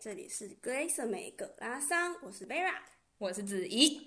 这里是格雷瑟美葛拉桑，我是 Vera， 我是子怡。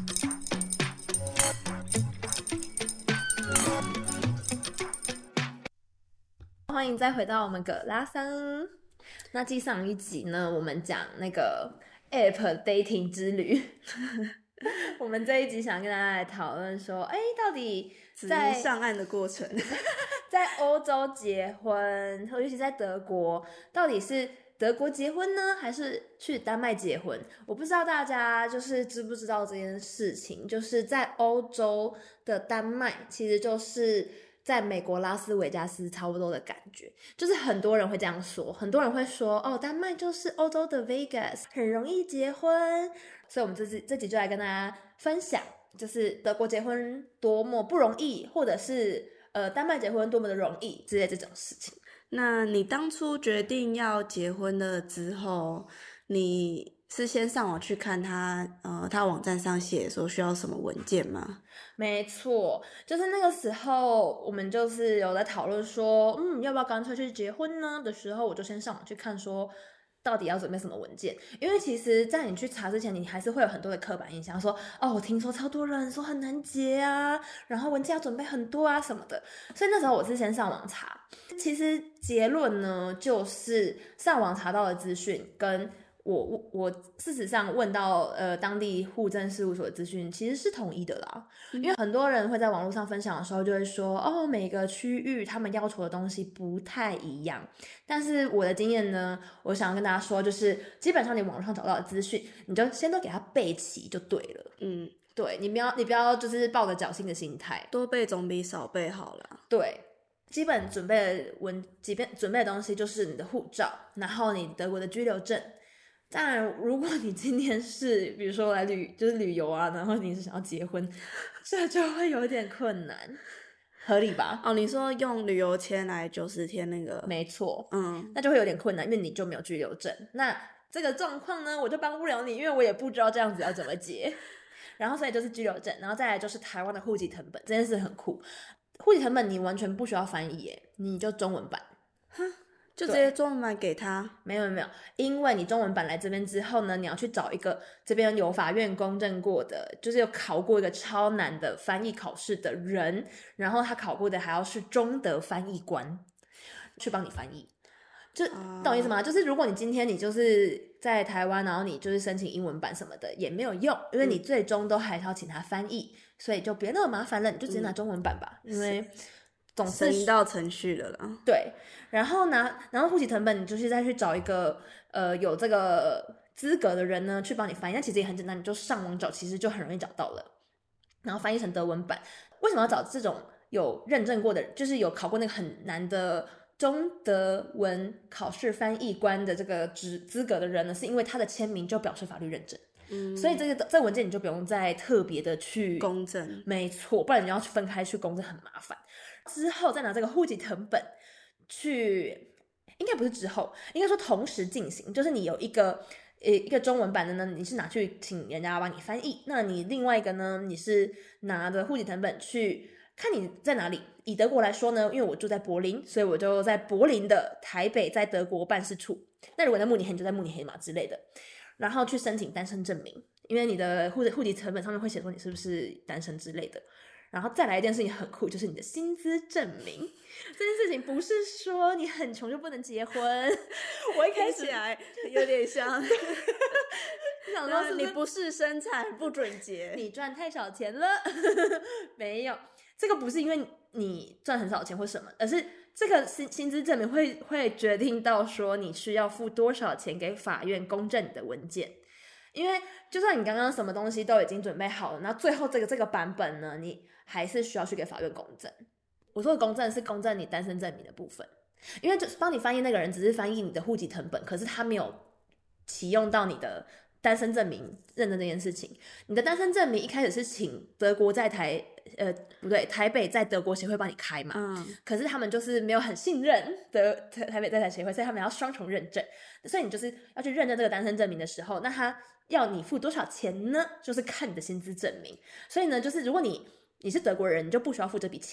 欢迎再回到我们葛拉桑。那继上一集呢，我们讲那个 App dating 之旅。我们这一集想跟大家来讨论说，到底在上岸的过程， 在欧洲结婚，尤其在德国，到底是德国结婚呢，还是去丹麦结婚？我不知道大家就是知不知道这件事情，就是在欧洲的丹麦，其实就是在美国拉斯维加斯差不多的感觉，就是很多人会这样说，很多人会说哦，丹麦就是欧洲的 Vegas， 很容易结婚。所以我们这集就来跟大家分享，就是德国结婚多么不容易，或者是丹麦结婚多么的容易之类这种事情。 那你当初决定要结婚了之后，你是先上网去看他网站上写说需要什么文件吗？ 没错，就是那个时候我们就是有在讨论说，要不要干脆去结婚呢的时候，我就先上网去看说到底要准备什么文件。因为其实在你去查之前，你还是会有很多的刻板印象，说我听说超多人说很难结啊，然后文件要准备很多啊什么的，所以那时候我是先上网查。其实结论呢，就是上网查到的资讯跟我事实上问到当地户政事务所的资讯其实是统一的啦。因为很多人会在网络上分享的时候就会说每个区域他们要求的东西不太一样，但是我的经验呢，我想要跟大家说，就是基本上你网络上找到的资讯，你就先都给它备齐就对了。对，你不要就是抱着侥幸的心态， 多备总比少备好啦。 对，基本准备的东西就是你的护照，然后你德国的居留证。当然如果你今天是比如说来旅游啊，然后你是想要结婚，这就会有点困难，合理吧？ 你说用旅游签来90天那个？ 没错，那就会有点困难，因为你就没有居留证。那这个状况呢，我就帮不了你，因为我也不知道这样子要怎么结。然后所以就是居留证，然后再来就是台湾的户籍誊本，这件事很酷。户籍誊本你完全不需要翻译耶，你就中文版。 就直接中文版给他？ 没有，因为你中文版来这边之后呢，你要去找一个这边有法院公证过的，就是有考过一个超难的翻译考试的人，然后他考过的还要是中德翻译官去帮你翻译。就懂我意思吗？就是如果你今天你就是在台湾，然后你就是申请英文版什么的也没有用，因为你最终都还是要请他翻译，所以就别那么麻烦了，你就直接拿中文版吧。因为总是省到程序了啦。 对，然后户籍誊本你就是再去找一个有这个资格的人呢去帮你翻译，那其实也很简单，你就上网找，其实就很容易找到了。然后翻译成德文版。为什么要找这种有认证过的，就是有考过那个很难的中德文考试翻译官的这个资格的人呢？是因为他的签名就表示法律认证。所以这文件你就不用再特别的去公证。 没错，不然你要分开去公证很麻烦。之后再拿这个户籍誊本去，应该不是之后，应该说同时进行，就是你有一个中文版的呢，你是拿去请人家帮你翻译，那你另外一个呢，你是拿着户籍誊本去看你在哪里。以德国来说呢，因为我住在柏林，所以我就在柏林的台北在德国办事处，那如果在慕尼黑你就在慕尼黑嘛之类的，然后去申请单身证明，因为你的户籍誊本上面会写说你是不是单身之类的。然后再来一件事情很酷，就是你的薪资证明。这件事情不是说你很穷就不能结婚。我一开始来有点像想说是你不是生产不准结， 你赚太少钱了。没有，这个不是因为你赚很少钱或什么，而是这个薪资证明会决定到说你需要付多少钱给法院公证你的文件。因为就算你刚刚什么东西都已经准备好了，那最后这个版本呢，你还是需要去给法院公证。我说的公证是公证你单身证明的部分，因为就是帮你翻译那个人只是翻译你的户籍誊本，可是他没有启用到你的单身证明认证这件事情。你的单身证明一开始是请德国在台北在德国协会帮你开嘛，可是他们就是没有很信任的台北在台协会，所以他们要双重认证。所以你就是要去认证这个单身证明的时候，那他要你付多少钱呢？就是看你的薪资证明。所以呢，就是如果你是德国人，你就不需要付这笔钱。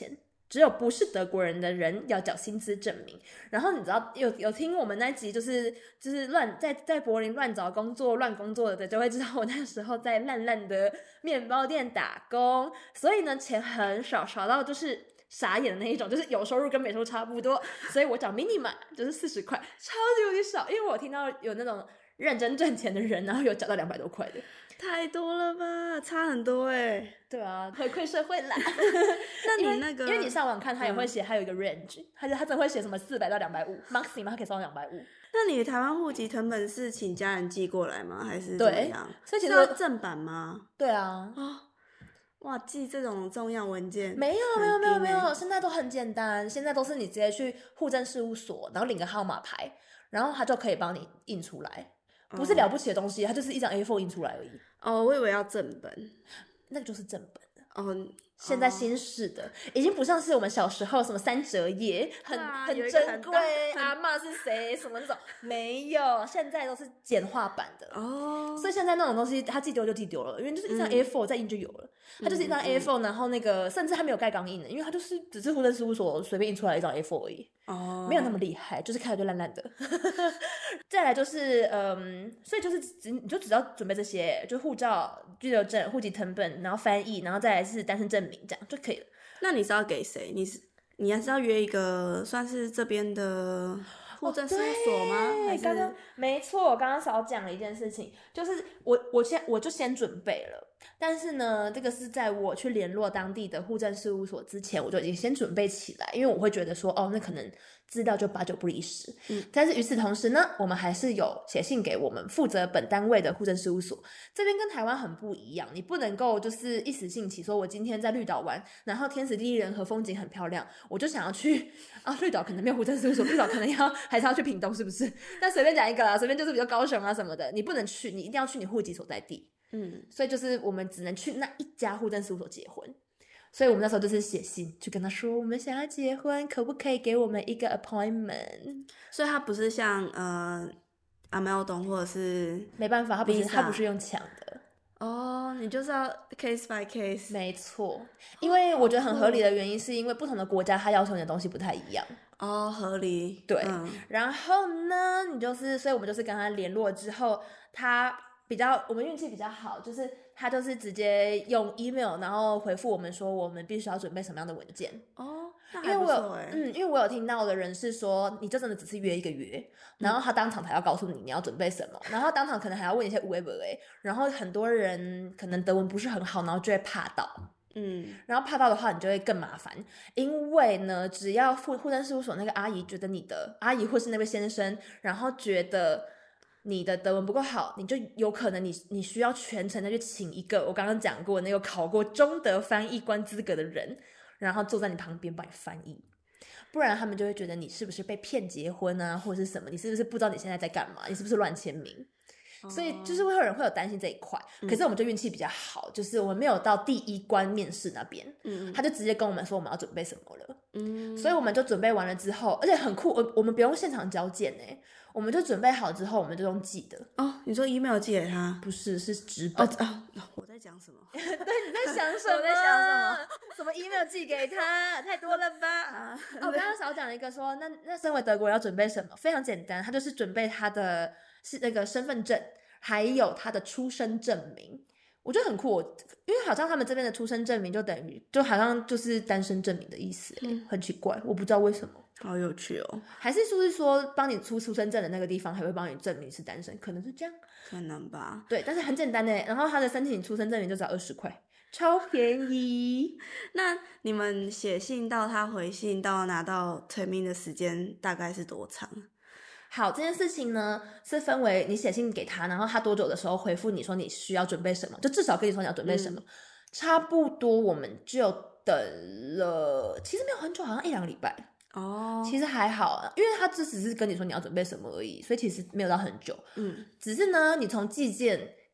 只有不是德国人的人要缴薪资证明。然后你知道有听我们那集就是在柏林乱找工作乱工作的，就会知道我那时候在烂烂的面包店打工，所以呢钱很少，少到就是傻眼的那一种，就是有收入跟没收入差不多，所以我找 minima 就是40块，超级无敌少。因为我听到有那种认真赚钱的人，然后有缴到200多块的， 太多了吧，差很多哎。 对啊，回馈社会啦。 那你那个， 因为你上网看，他也会写，他有一个 range，他真的会写什么400到250 ，maximum 他可以收到250。 那你台湾户籍成本是请家人寄过来吗？还是怎么样？ 所以其实是要正版吗？ 对啊。 哇，寄这种重要文件没有，现在都很简单，现在都是你直接去户政事务所，然后领个号码牌，然后他就可以帮你印出来，不是了不起的东西，它就是一张 A4 印出来而已。 我以为要正本， 那个就是正本的。 现在新式的已经不像是我们小时候什么3折页很珍贵，阿嬷是谁什么那种，没有，现在都是简化版的所以现在那种东西它寄丢就寄丢了，因为就是一张 A4 再印就有了，它就是一张 A4 然后那个甚至它没有盖钢印的，因为它就是只是户政事务所随便印出来一张 A4 而已没有那么厉害，就是看着就烂烂的再来就是所以就是你就只要准备这些，就护照、居留证、户籍成本，然后翻译，然后再来是单身证明，这样就可以了。 那你是要给谁？你还是要约一个算是这边的户政事务所吗？ 刚刚没错，我刚刚少讲了一件事情，就是我就先准备了，但是呢，这个是在我去联络当地的户政事务所之前，我就已经先准备起来，因为我会觉得说，那可能资料就8九不离10。但是与此同时呢，我们还是有写信给我们负责本单位的户政事务所。这边跟台湾很不一样，你不能够就是一时兴起说，我今天在绿岛玩，然后天时地利人和，风景很漂亮，我就想要去绿岛可能没有户政事务所，绿岛可能还是要去屏东，是不是？但随便讲一个啦，随便就是比较高雄啊什么的，你不能去，你一定要去你户籍所在地。所以就是我们只能去那一家户政事务所结婚。所以我们那时候就是写信去跟他说，我们想要结婚，可不可以给我们一个 appointment？ 所以他不是像阿喵懂或者是没办法，他不是用抢的你就是要 case by case。 没错，因为我觉得很合理的原因是因为不同的国家他要求你的东西不太一样合理。 对然后呢所以我们就是跟他联络之后，我们运气比较好，就是他就是直接用 email 然后回复我们说我们必须要准备什么样的文件那还不错因为我有听到的人是说，你就真的只是约一个约，然后他当场才要告诉你要准备什么，然后当场可能还要问一些有的没的，然后很多人可能德文不是很好，然后就会怕到然后怕到的话你就会更麻烦，因为呢只要户政事务所那个阿姨觉得你的阿姨或是那位先生，然后觉得你的德文不够好，你就有可能你需要全程的去请一个我刚刚讲过那个考过中德翻译官资格的人，然后坐在你旁边帮你翻译，不然他们就会觉得你是不是被骗结婚啊，或者是什么，你是不是不知道你现在在干嘛，你是不是乱签名所以就是会有人会有担心这一块可是我们就运气比较好，就是我们没有到第一关面试那边他就直接跟我们说我们要准备什么了所以我们就准备完了之后，而且很酷，我们不用现场交件我们就准备好之后我们就用寄的你说 email 寄给他？ 不是，是纸本我在讲什么？ 对，你在想什么？ 我在想什么？ 什么 email 寄给他？太多了吧我刚刚少讲了一个说，那身为德国人要准备什么？非常简单，他就是准备他的是那个身份证，还有他的出生证明。我觉得很酷因为好像他们这边的出生证明就等于就好像就是单身证明的意思很奇怪，我不知道为什么。 好有趣还是说帮你出生证的那个地方还会帮你证明是单身，可能是这样， 可能吧。 对，但是很简单然后他的申请出生证明就只要20块，超便宜那你们写信到他回信到拿到成名的时间大概是多长？ 好，这件事情呢是分为你写信给他，然后他多久的时候回复你说你需要准备什么，就至少跟你说你要准备什么差不多我们就等了，其实没有很久，好像1-2个礼拜其实还好因为他只是跟你说你要准备什么而已，所以其实没有到很久只是呢你从寄件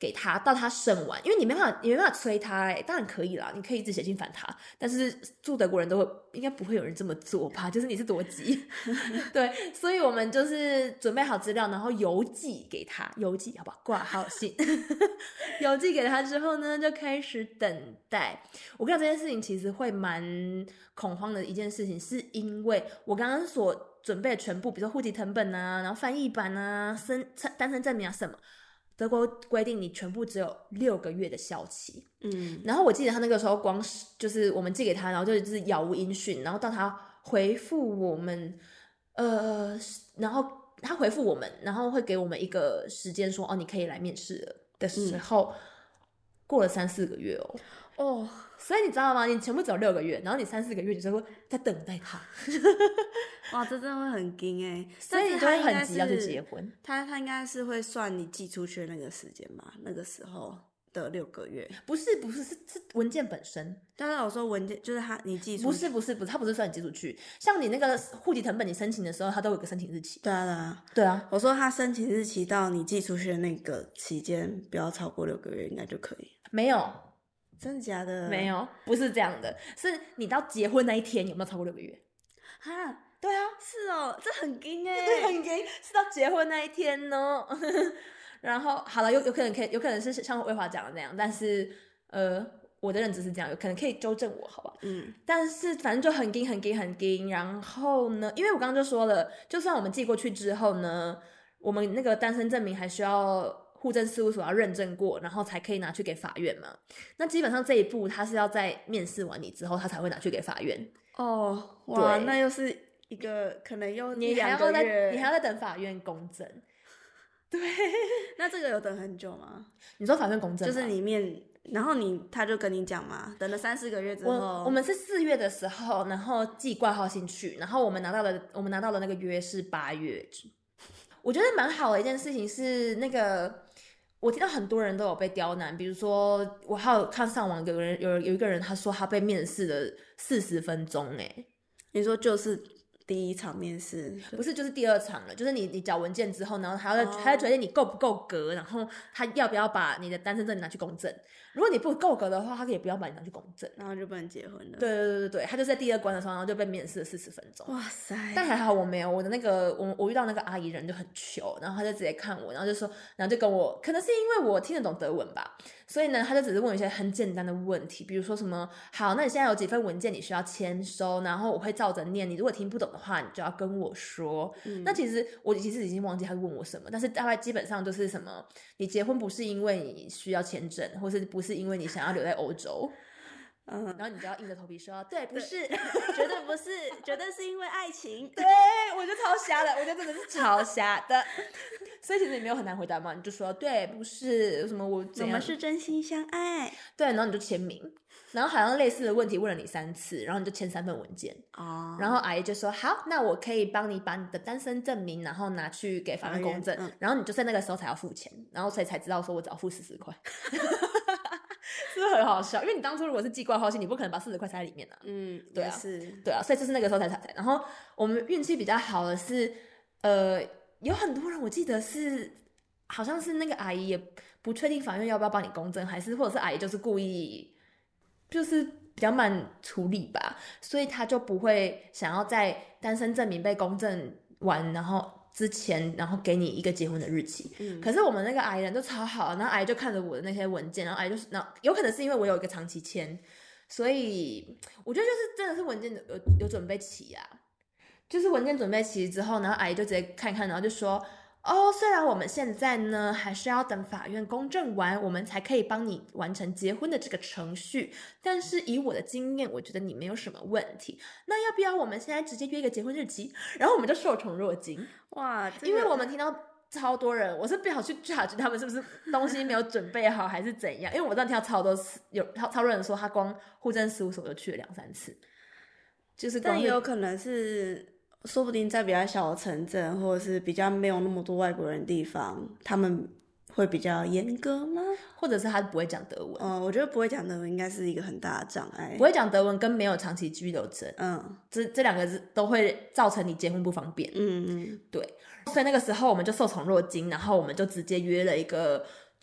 给他到他审完，因为你没办法催他当然可以啦，你可以一直写信烦他，但是住德国人都会应该不会有人这么做吧？就是你是多急，对，所以我们就是准备好资料，然后邮寄给他，邮寄好不好？挂号信，邮寄给他之后呢，就开始等待。我跟你讲，这件事情其实会蛮恐慌的一件事情，是因为我刚刚所准备的全部，比如说户籍誊本啊，然后翻译版啊，单身证明啊什么。德国规定你全部只有6个月的效期，然后我记得他那个时候光是就是我们寄给他，然后就是杳无音讯，然后到他回复我们，然后他回复我们，然后会给我们一个时间说你可以来面试了的时候，过了3-4个月哦，所以你知道吗？你全部只有6个月，然后你3-4个月你就会在等待他。 哇，这真的会很惊所以你就会很急要去结婚。 他应该是会算你寄出去的那个时间吧？那个时候的6个月， 不是是文件本身。 但是我说文件就是你寄出去， 不是，他不是算你寄出去。像你那个户籍誊本，你申请的时候，它都有个申请日期。对啊。 我说他申请日期到你寄出去的那个期间，不要超过6个月，应该就可以。 没有。 真的假的？ 没有，不是这样的，是你到结婚那一天有没有超过6个月？ 哈， 对啊， 是哦，这很惊对，很惊，是到结婚那一天呢。然后好了，有可能是像魏华讲的那样，但是我的认知是这样，有可能可以纠正我，好不好？但是反正就很惊。然后呢，因为我刚刚就说了，就算我们寄过去之后呢，我们那个单身证明还需要户政事务所要认证过，然后才可以拿去给法院嘛。那基本上这一步他是要在面试完你之后，他才会拿去给法院。 哇，那又是一个可能又你还要再等法院公证。对， 那这个有等很久吗？ 你说法院公证就是然后他就跟你讲嘛，等了3-4个月之后， 我们是4月的时候，然后寄挂号信去，然后我们拿到的那个约是8月。我觉得蛮好的一件事情是那个。我听到很多人都有被刁难，比如说我还有看上网有一个人他说他被面试了40分钟你说就是第一场面试？ 不是，就是第2场了，就是你缴文件之后，然后还要决定你够不够格，然后他要不要把你的单身证拿去公证。如果你不够格的话，他可以不要把你拿去公证， 然后就不能结婚了。 对，他就在第2关的时候，然后就被面试了40分钟。 哇塞！ 但还好我没有，我的那个我遇到那个阿姨人就很糗，然后他就直接看我，然后就说，然后就跟我，可能是因为我听得懂德文吧，所以呢，他就只是问一些很简单的问题，比如说什么，好，那你现在有几份文件你需要签收，然后我会照着念，你如果听不懂的话，你就要跟我说。那其实我已经忘记他问我什么，但是大概基本上就是什么，你结婚不是因为你需要签证，或是不是因为你想要留在欧洲。然后你就要硬着头皮说，对，不是， 绝对不是，绝对是因为爱情。 对，我就超瞎的，我就真的是超瞎的。所以其实你没有很难回答嘛，你就说对，不是什么我们是真心相爱。 对，然后你就签名，然后好像类似的问题问了你3次，然后你就签3份文件。然后阿姨就说好，那我可以帮你把你的单身证明，然后拿去给法院公证。然后你就在那个时候才要付钱，然后所以才知道说我只要付40块。是不是很好笑？因为你当初如果是寄挂号信，你不可能把40块塞在里面啊。对啊，对啊，所以就是那个时候才。然后我们运气比较好的是，有很多人我记得是，好像是那个阿姨也不确定法院要不要帮你公证，还是或者是阿姨就是故意，就是比较慢处理吧，所以他就不会想要在单身证明被公证完，然后之前，然后给你一个结婚的日期。可是我们那个阿姨人就超好，然后阿姨就看着我的那些文件，然后阿姨就是，有可能是因为我有一个长期签，所以我觉得就是真的是文件有准备齐啊，就是文件准备齐之后，然后阿姨就直接看一看，然后就说，虽然我们现在呢还是要等法院公证完，我们才可以帮你完成结婚的这个程序，但是以我的经验，我觉得你没有什么问题。那要不要我们现在直接约一个结婚日期？然后我们就受宠若惊。 哇， 因为我们听到超多人，我是不想去 judge 他们是不是东西没有准备好还是怎样，因为我真的听到超多人说他光户政事务所就去了2-3次，就是但也有可能是。说不定在比较小的城镇，或者是比较没有那么多外国人的地方，他们会比较严格吗？ 或者是他不会讲德文？ 我觉得不会讲德文应该是一个很大的障碍。 不会讲德文跟没有长期居留证，这两个都会造成你结婚不方便。对。所以那个时候我们就受宠若惊，然后我们就直接约了一个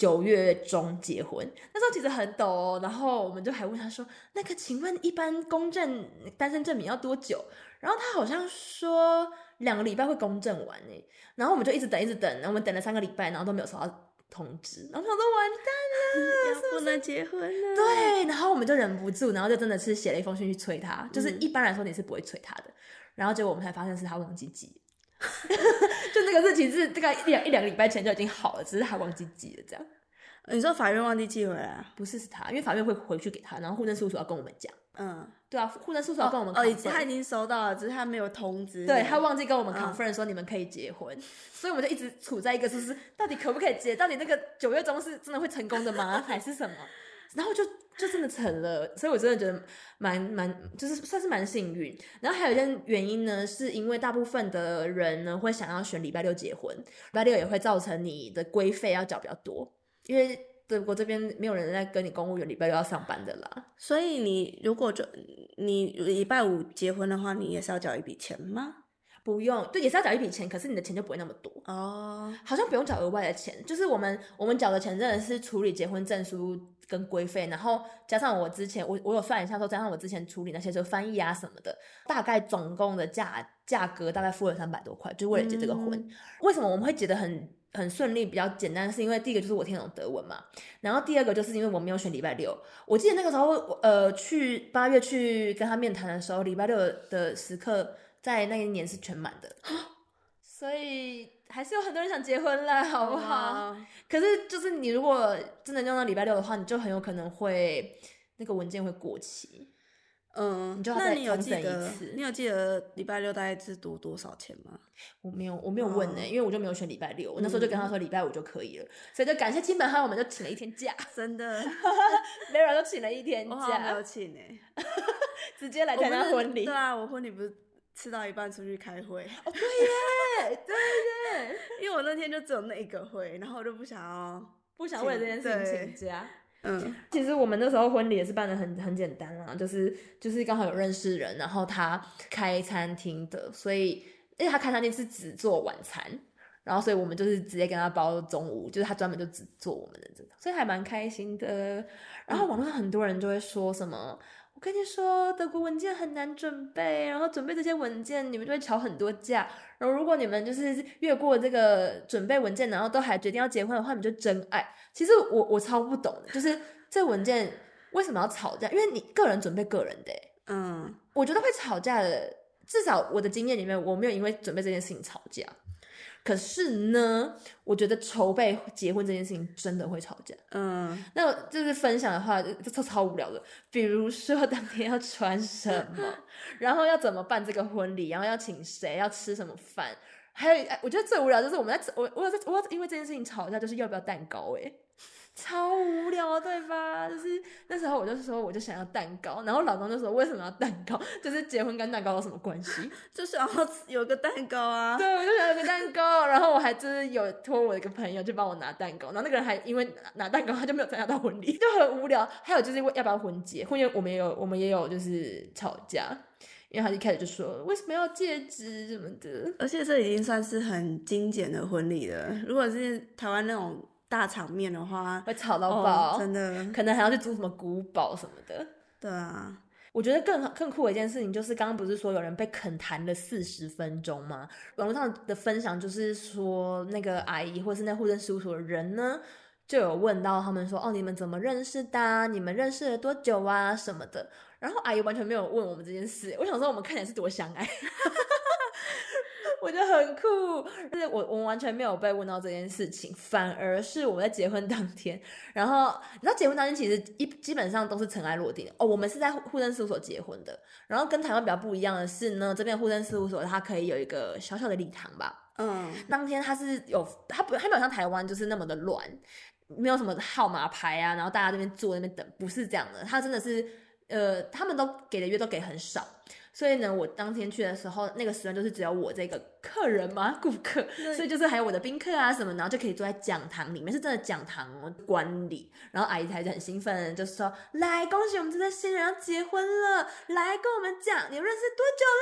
9月中结婚，那时候其实很陡哦。然后我们就还问他说，那个请问一般公证单身证明要多久？然后他好像说2个礼拜会公证完耶。然后我们就一直等，然后我们等了3个礼拜，然后都没有收到通知，然后我想说完蛋了， 要不能结婚了。 对，然后我们就忍不住，然后就真的是写了一封信去催他，就是一般来说你是不会催他的，然后结果我们才发现是他忘记寄，就那个日期是大概一两个礼拜前就已经好了，只是他忘记寄了这样。 你说法院忘记寄回来啊？ 不是他，因为法院会回去给他，然后户政事务所要跟我们讲。对啊，户政事务所要跟我们他已经收到了，只是他没有通知。 对，他忘记跟我们 confirm 说你们可以结婚，所以我们就一直处在一个就是到底可不可以结，到底那个9月中是真的会成功的吗，还是什么？然后就真的成了，所以我真的觉得就是算是蛮幸运。然后还有一件原因呢，是因为大部分的人呢会想要选礼拜六结婚，礼拜六也会造成你的规费要缴比较多，因为德国这边没有人在跟你公务员礼拜六要上班的啦。 所以你礼拜五结婚的话，你也是要缴一笔钱吗？ 不用，对，也是要缴一笔钱，可是你的钱就不会那么多哦。 好像不用缴额外的钱，就是我们缴的钱真的是处理结婚证书跟规费，然后加上我之前我有算一下说，加上我之前处理那些就翻译啊什么的，大概总共的价格大概付了300多块，就是为了结这个婚。为什么我们会结得很顺利比较简单，是因为第一个就是我听懂德文嘛，然后第二个就是因为我没有选礼拜六。我记得那个时候去8月去跟他面谈的时候，礼拜六的时刻在那一年是全满的，所以还是有很多人想结婚啦，好不好？可是就是你如果真的用到礼拜六的话，你就很有可能会那个文件会过期。你就要再重申一次。 你有记得礼拜六大概是多少钱吗？ 我没有问因为我就没有选礼拜六，我那时候就跟他说礼拜五就可以了，所以就感谢亲朋好友们就请了1天假， 真的 ，Lara 就请了1天假， 我好像没有请直接来参加婚礼。 对啊，我婚礼不是吃到一半出去开会。 哦，对耶，对耶， 因为我那天就只有那一个会，然后我就不想为了这件事情请假。 其实我们那时候婚礼也是办得很简单啦，就是刚好有认识人，然后他开餐厅的，所以而且他开餐厅是只做晚餐，然后所以我们就是直接跟他包中午，就是他专门就只做我们的这个，所以还蛮开心的。然后网络上很多人就会说什么，我跟你说德国文件很难准备，然后准备这些文件你们就会吵很多架，然后如果你们就是越过这个准备文件，然后都还决定要结婚的话，你们就真爱。其实我超不懂的，就是这文件为什么要吵架？因为你个人准备个人的我觉得会吵架的，至少我的经验里面我没有因为准备这件事情吵架。可是呢，我觉得筹备结婚这件事情真的会吵架。那就是分享的话就超无聊的，比如说当天要穿什么，然后要怎么办这个婚礼，然后要请谁，要吃什么饭，还有我觉得最无聊就是我因为这件事情吵架，就是要不要蛋糕超无聊对吧？就是那时候我就说我就想要蛋糕，然后老公就说为什么要蛋糕？就是结婚跟蛋糕有什么关系？ 就想要有个蛋糕啊。 对，我就想要有个蛋糕，然后我还就是有托我的一个朋友去帮我拿蛋糕，然后那个人还因为拿蛋糕他就没有参加到婚礼，就很无聊。还有就是要不要婚戒？婚戒我们也有就是吵架。因为他一开始就说为什么要戒指什么的， 而且这已经算是很精简的婚礼了。如果是台湾那种大场面的话， 会吵到爆， 真的， 可能还要去租什么古堡什么的。 对啊， 我觉得更酷的一件事情就是刚刚不是说有人被恳谈了40分钟吗？网络上的分享就是说那个阿姨或是那户政事务所的人呢，就有问到他们说你们怎么认识的啊？你们认识了多久啊什么的，然后阿姨完全没有问我们这件事。我想说我们看起来是多相爱我觉得很酷，就是我完全没有被问到这件事情，反而是我们在结婚当天，然后你知道结婚当天其实基本上都是尘埃落定的我们是在户政事务所结婚的，然后跟台湾比较不一样的是呢，这边户政事务所它可以有一个小小的礼堂吧，当天它是它没有像台湾就是那么的乱，没有什么号码牌啊，然后大家这边坐那边等，不是这样的，它真的是他们都给的约都给很少，所以呢我当天去的时候那个时段就是只有我这个客人嘛顾客，所以就是还有我的宾客啊什么，然后就可以坐在讲堂里面，是真的讲堂观礼，然后阿姨还是很兴奋就是说来恭喜我们这对新人要结婚了，来跟我们讲你们认识多久了，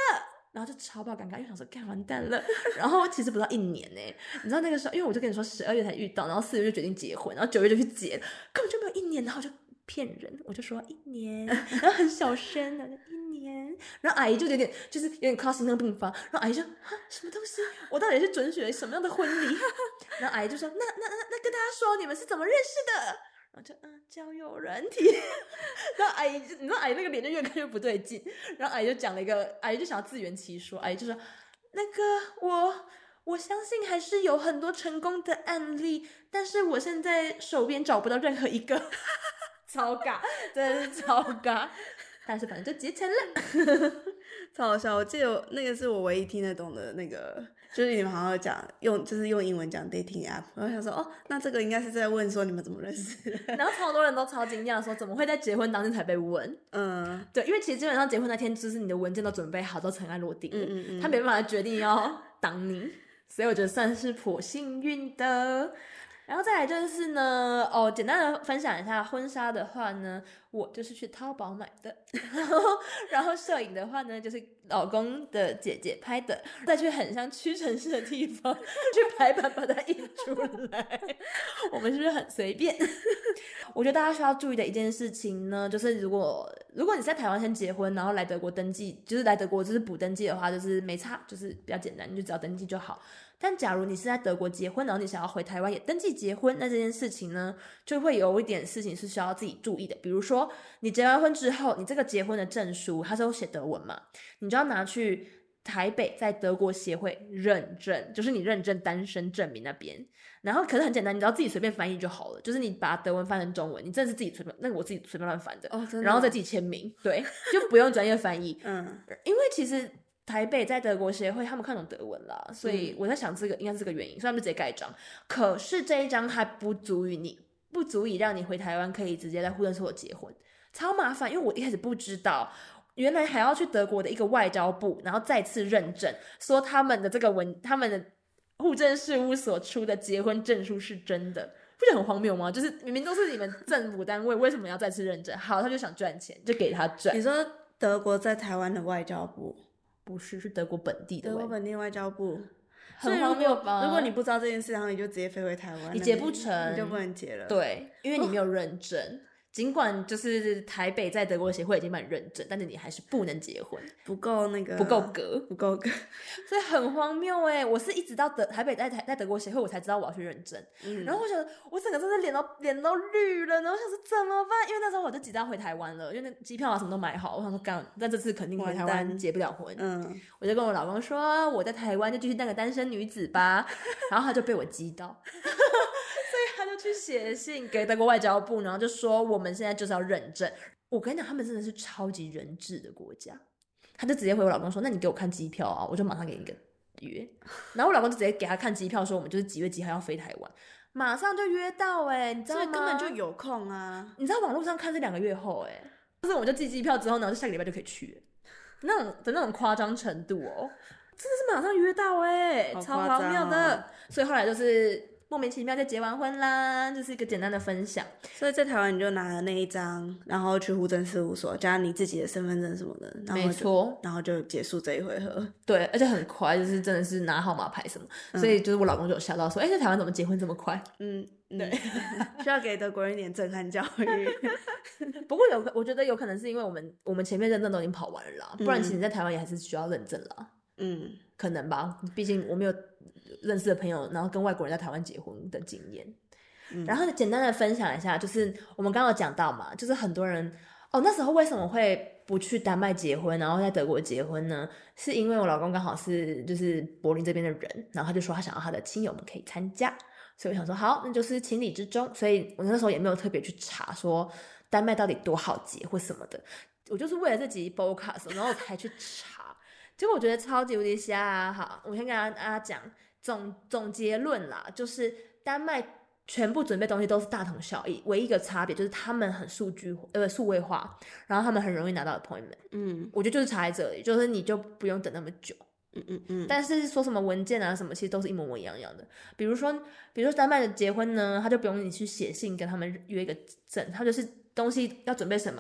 然后就超爆尴尬，因为想说干完蛋了。然后其实不到1年呢，你知道那个时候，因为我就跟你说12月才遇到，然后4月就决定结婚，然后9月就去结了，根本就没有1年，然后我就骗人，我就说1年，然后很小声的1年，然后阿姨就有点靠心脏病发，然后阿姨说啊什么东西，我到底是准许了什么样的婚礼？然后阿姨就说那跟大家说你们是怎么认识的？然后就交友软体，然后阿姨你知道阿姨那个脸就越看越不对劲，然后阿姨就讲了一个，阿姨就想要自圆其说，阿姨就说那个我相信还是有很多成功的案例，但是我现在手边找不到任何一个，超尬，真的是超尬，但是反正就结成了， 超好笑。我记得那个是我唯一听得懂的那个。就是你们好像讲就是用英文讲 dating app， 然后想说那这个应该是在问说你们怎么认识的， 然后超多人都超惊讶说怎么会在结婚当天才被问？对，因为其实基本上结婚那天就是你的文件都准备好，都尘埃落定了，他没办法决定要当你，所以我觉得算是颇幸运的。然后再来就是呢，简单的分享一下婚纱的话呢，我就是去淘宝买的，然后摄影的话呢，就是老公的姐姐拍的，再去很像屈臣氏的地方去排版把它印出来，我们是不是很随便？我觉得大家需要注意的一件事情呢，就是如果你是在台湾先结婚，然后来德国登记，就是来德国就是补登记的话，就是没差，就是比较简单，你就只要登记就好。但假如你是在德国结婚，然后你想要回台湾也登记结婚，那这件事情呢，就会有一点事情是需要自己注意的。比如说，你结完婚之后，你这个结婚的证书，它是有写德文嘛，你就要拿去台北在德国协会认证，就是你认证单身证明那边。然后可是很简单，你只要自己随便翻译就好了，就是你把德文翻成中文，你真的是自己随便，那个我自己随便乱翻的， 真的然后再自己签名，对，就不用专业翻译。因为其实台北在德国协会他们看懂德文啦，所以我在想这个应该是这个原因，所以他们就直接盖章。可是这一张还不足以让你回台湾可以直接在户政事务所结婚，超麻烦。因为我一开始不知道，原来还要去德国的一个外交部，然后再次认证说他们的这个他们的户政事务所出的结婚证书是真的。不觉得很荒谬吗？就是明明都是你们政府单位，为什么要再次认证？好，他就想赚钱，就给他赚。 你说德国在台湾的外交部？ 不是，是德国本地的。 德国本地外交部， 很荒谬吧？ 如果你不知道这件事，然后你就直接飞回台湾， 你结不成， 你就不能结了。 对，因为你没有认证。尽管就是台北在德国协会已经帮你认证，但是你还是不能结婚， 不够那个， 不够格， 所以很荒谬哎！我是一直到台北在德国协会，我才知道我要去认证。然后我想，我整个真的脸都绿了，然后我想说怎么办？因为那时候我就急着回台湾了，因为那机票啊什么都买好，我想说但这次肯定回台湾结不了婚。我就跟我老公说，我在台湾就继续当个单身女子吧。然后他就被我激到。他就去写信给德国外交部，然后就说我们现在就是要认证。我跟你讲，他们真的是超级人治的国家。他就直接回我老公说，那你给我看机票啊，我就马上给你一个约。然后我老公就直接给他看机票，说我们就是几月几号要飞台湾，马上就约到你知道吗？ 所以根本就有空啊。 你知道网络上看是2个月后就是我们就寄机票之后呢，就下个礼拜就可以去那种夸张程度真的是马上约到超荒谬的。所以后来就是莫名其妙就结完婚啦，就是一个简单的分享。 所以在台湾你就拿了那一张，然后去户政事务所加你自己的身份证什么的， 没错， 然后就结束这一回合。 对，而且很快，就是真的是拿号码牌什么，所以就是我老公就有吓到说，在台湾怎么结婚这么快？ 对，需要给德国人一点震撼教育。 不过我觉得有可能是因为我们前面认证都已经跑完了啦，不然其实在台湾也还是需要认证啦。可能吧，毕竟我没有认识的朋友，然后跟外国人在台湾结婚的经验。然后简单的分享一下，就是我们刚刚有讲到嘛，就是很多人那时候为什么会不去丹麦结婚，然后在德国结婚呢？是因为我老公刚好是就是柏林这边的人，然后他就说他想要他的亲友们可以参加，所以我想说好，那就是情理之中。所以我那时候也没有特别去查说丹麦到底多好结或什么的，我就是为了这集 podcast 然后才去查。结果我觉得超级无敌瞎啊！好，我先跟大家讲总结论啦，就是丹麦全部准备东西都是大同小异，唯一一个差别就是他们很数位化，然后他们很容易拿到 appointment。我觉得就是差在这里，就是你就不用等那么久。但是说什么文件啊什么，其实都是一模模一样的。比如说丹麦的结婚呢，他就不用你去写信跟他们约一个证，他就是东西要准备什么，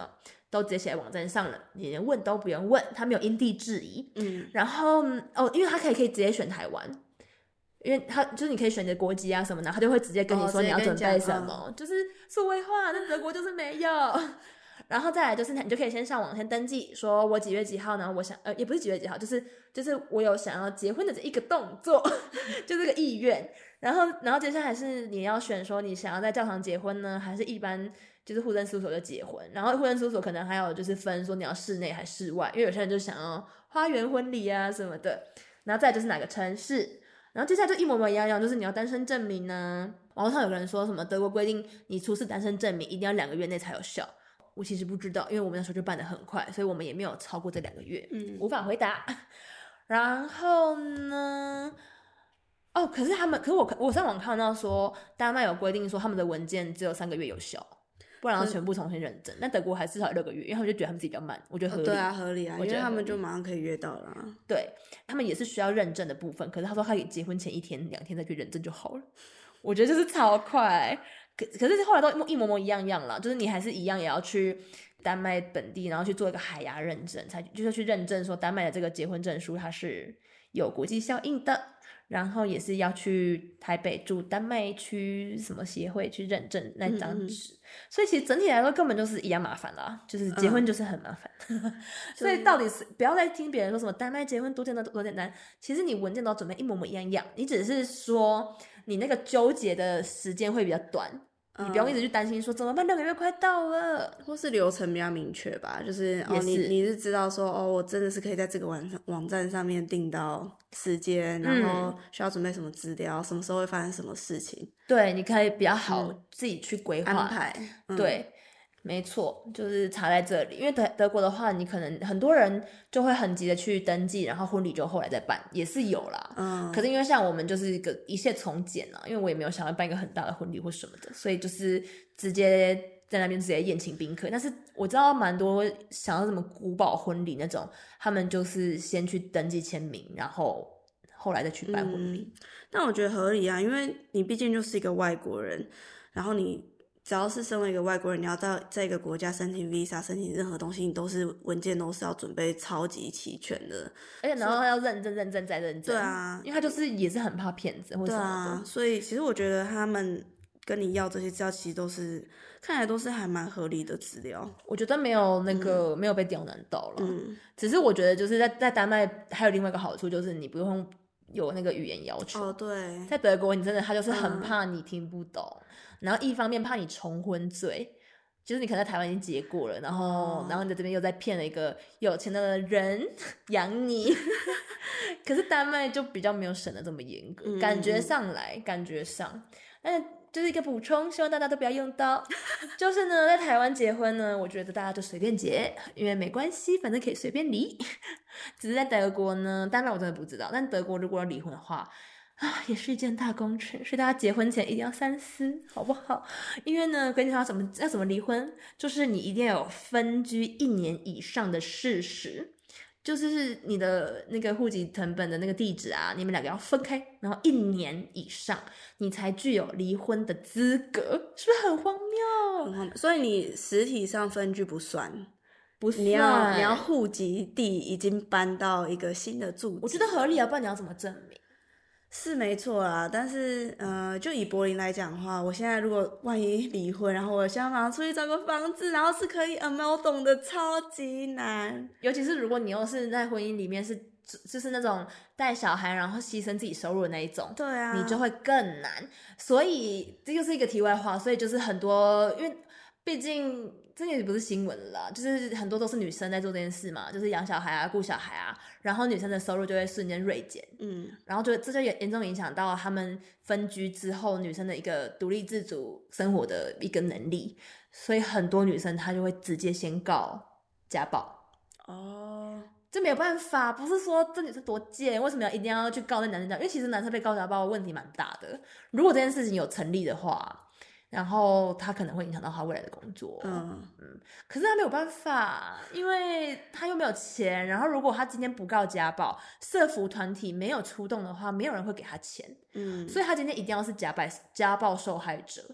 都直接写在网站上了，你连问都不用问，他没有因地制宜。然后因为他可以直接选台湾，因为他就是你可以选择国籍啊什么的，他就会直接跟你说你要准备什么，就是数位化。但德国就是没有。然后再来就是你就可以先上网先登记，说我几月几号呢？我想也不是几月几号，就是我有想要结婚的这一个动作，就这个意愿。然后接下来是你要选说你想要在教堂结婚呢，还是一般就是户政事务所就结婚。然后户政事务所可能还有就是分说你要室内还是室外，因为有些人就想要花园婚礼啊什么的。然后再来就是哪个城市，然后接下来就一模模一样，就是你要单身证明呢。网络上有个人说什么德国规定你出示单身证明一定要2个月内才有效。我其实不知道，因为我们那时候就办得很快，所以我们也没有超过这2个月，无法回答。然后呢，可是我上网看到说，丹麦有规定说他们的文件只有3个月有效，不然要全部重新认证。但德国还至少6个月，因为他们就觉得他们自己比较慢，我觉得合理。 对啊，合理啊，因为他们就马上可以约到了。 对，他们也是需要认证的部分，可是他说他可以结婚前1天2天再去认证就好了，我觉得就是超快。可是后来都一模模一样啦，就是你还是一样也要去丹麦本地，然后去做一个海牙认证，就是去认证说丹麦的这个结婚证书它是有国际效应的，然后也是要去台北驻丹麦区什么协会去认证那张纸。所以其实整体来说根本就是一样麻烦啦，就是结婚就是很麻烦。所以到底是不要再听别人说什么丹麦结婚多简单多简单，其实你文件都准备一模模一样，你只是说你那个纠结的时间会比较短，你不用一直去担心说怎么办2个月快到了， 或是流程比较明确吧，就是你是知道说我真的是可以在这个网站上面订到时间，然后需要准备什么资料，什么时候会发生什么事情， 对，你可以比较好自己去规划安排。 对，没错，就是差在这里。因为德国的话，你可能很多人就会很急的去登记，然后婚礼就后来再办，也是有啦。可是因为像我们就是一切从简啊，因为我也没有想要办一个很大的婚礼或什么的，所以就是直接在那边直接宴请宾客。但是我知道蛮多想要什么古堡婚礼那种，他们就是先去登记签名，然后后来再去办婚礼。 但我觉得合理啊，因为你毕竟就是一个外国人，然后你只要是身为一个外国人，你要到这个国家申请 visa 申请任何东西，你都是文件都是要准备超级齐全的， 而且然后要认证再认证。 对啊， 因为他就是也是很怕骗子或什么的。对啊， 所以其实我觉得他们跟你要这些资料，其实都是看起来都是还蛮合理的资料。 我觉得没有没有被刁难到了。只是我觉得就是在丹麦还有另外一个好处，就是你不用有那个语言要求。 对， 在德国你真的他就是很怕你听不懂。然后一方面怕你重婚罪，就是你可能在台湾已经结过了，然后你在这边又再骗了一个有钱的人养你。可是丹麦就比较没有审得这么严格，感觉上，但就是一个补充，希望大家都不要用到。就是呢，在台湾结婚呢，我觉得大家就随便结，因为没关系，反正可以随便离。只是在德国呢，丹麦我真的不知道，但德国如果要离婚的话也是一件大工程，所以大家结婚前一定要三思，好不好？因为呢，跟你说要怎么离婚，就是你一定要有分居1年以上的事实，就是你的那个户籍成本的那个地址啊，你们2个要分开，然后1年以上，你才具有离婚的资格，是不是很荒谬？ 所以你实体上分居不算。 不算， 你要户籍地已经搬到一个新的住址， 我觉得合理啊，不然你要怎么证明？ 是没错啦，但是就以柏林来讲的话，我现在如果万一离婚，然后我现在马上出去找个房子，然后是可以我懂的，超级难。 尤其是如果你又是在婚姻里面就是那种带小孩然后牺牲自己收入的那一种， 对啊， 你就会更难。所以这就是一个题外话，所以就是很多，因为毕竟这也不是新闻啦，就是很多都是女生在做这件事嘛，就是养小孩啊、顾小孩啊，然后女生的收入就会瞬间锐减，然后这就严重影响到他们分居之后女生的一个独立自主生活的一个能力，所以很多女生她就会直接先告家暴。这没有办法，不是说这女生多贱，为什么一定要去告那男生？因为其实男生被告家暴的问题蛮大的，如果这件事情有成立的话，然后他可能会影响到他未来的工作。可是他没有办法，因为他又没有钱，然后如果他今天不告家暴，社福团体没有出动的话，没有人会给他钱。所以他今天一定要是家暴受害者，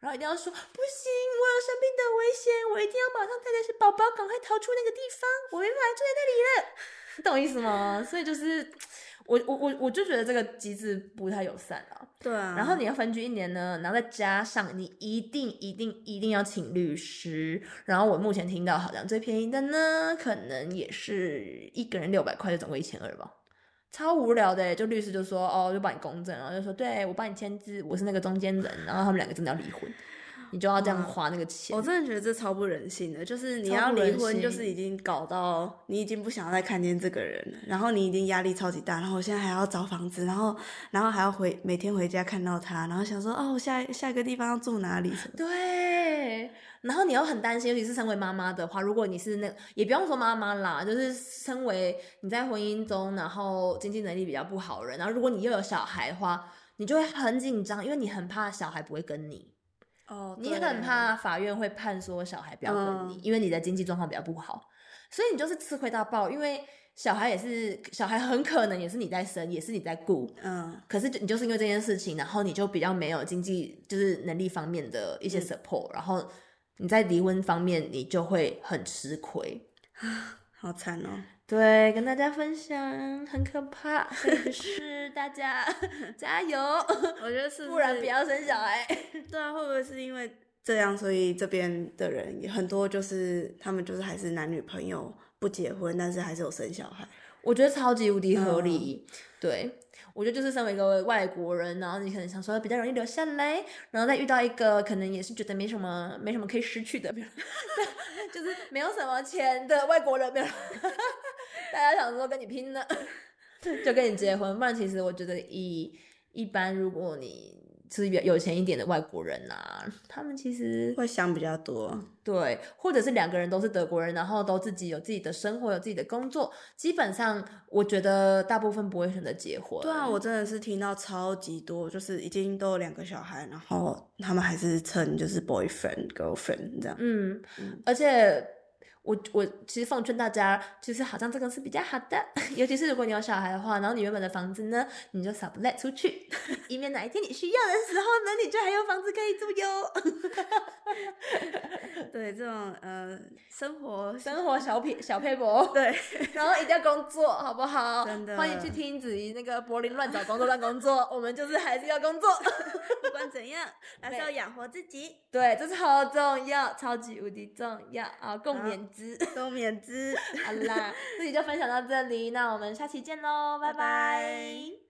然后一定要说不行，我有生病的危险，我一定要马上带着宝宝赶快逃出那个地方，我没办法住在那里了，你懂我意思吗？所以就是我就觉得这个机制不太友善啊。 对啊。 然后你要分居1年呢，然后再加上你一定要请律师。然后我目前听到好像最便宜的呢，可能也是一个人600块，就总共1200吧。超无聊的，就律师就说哦，就帮你公证，然后就说对我帮你签字，我是那个中间人，然后他们2个真的要离婚，你就要这样花那个钱。 我真的觉得这超不人性的，就是你要离婚，就是已经搞到你已经不想要再看见这个人了，然后你已经压力超级大，然后我现在还要找房子，然后还要每天回家看到他，然后想说哦，我下一个地方要住哪里什么。 对。然后你又很担心，尤其是身为妈妈的话，如果你是也不用说妈妈啦，就是身为你在婚姻中，然后经济能力比较不好的人，然后如果你又有小孩的话，你就会很紧张，因为你很怕小孩不会跟你。你很怕法院会判说小孩不要跟你，因为你的经济状况比较不好，所以你就是吃亏到爆，因为小孩很可能也是你在生，也是你在顾，可是你就是因为这件事情，然后你就比较没有经济就是能力方面的一些 support，然后你在离婚方面你就会很吃亏。 好惨哦。 对，跟大家分享，很可怕，所以就是大家加油。 我觉得是不然不要生小孩。 对啊，会不会是因为这样，所以这边的人也很多，就是他们就是还是男女朋友不结婚，但是还是有生小孩。 我觉得超级无敌合理。对，我觉得就是身为一个外国人，然后你可能想说比较容易留下来，然后再遇到一个可能也是觉得没什么可以失去的，就是没有什么钱的外国人，没有大家想说跟你拼了就跟你结婚。不然其实我觉得一般如果你是有钱一点的外国人啊，他们其实会想比较多。 对，或者是2个人都是德国人，然后都自己有自己的生活，有自己的工作，基本上我觉得大部分不会选择结婚。 对啊，我真的是听到超级多，就是已经都有2个小孩，然后他们还是称就是 boyfriend girlfriend 这样。 而且我其实奉劝大家，就是好像这个是比较好的，尤其是如果你有小孩的话，然后你原本的房子呢，你就少不赖出去，以免哪一天你需要的时候呢，你就还有房子可以住哟。 对，这种生活小配博， 对， 然后一定要工作，好不好？ 真的， 欢迎去听子怡那个柏林乱找工作乱工作，我们就是还是要工作， 不管怎样，还是要养活自己。 对，这超重要，超级无敌重要啊！共勉之， 共勉之。 好啦，这集就分享到这里，那我们下期见喽，拜拜。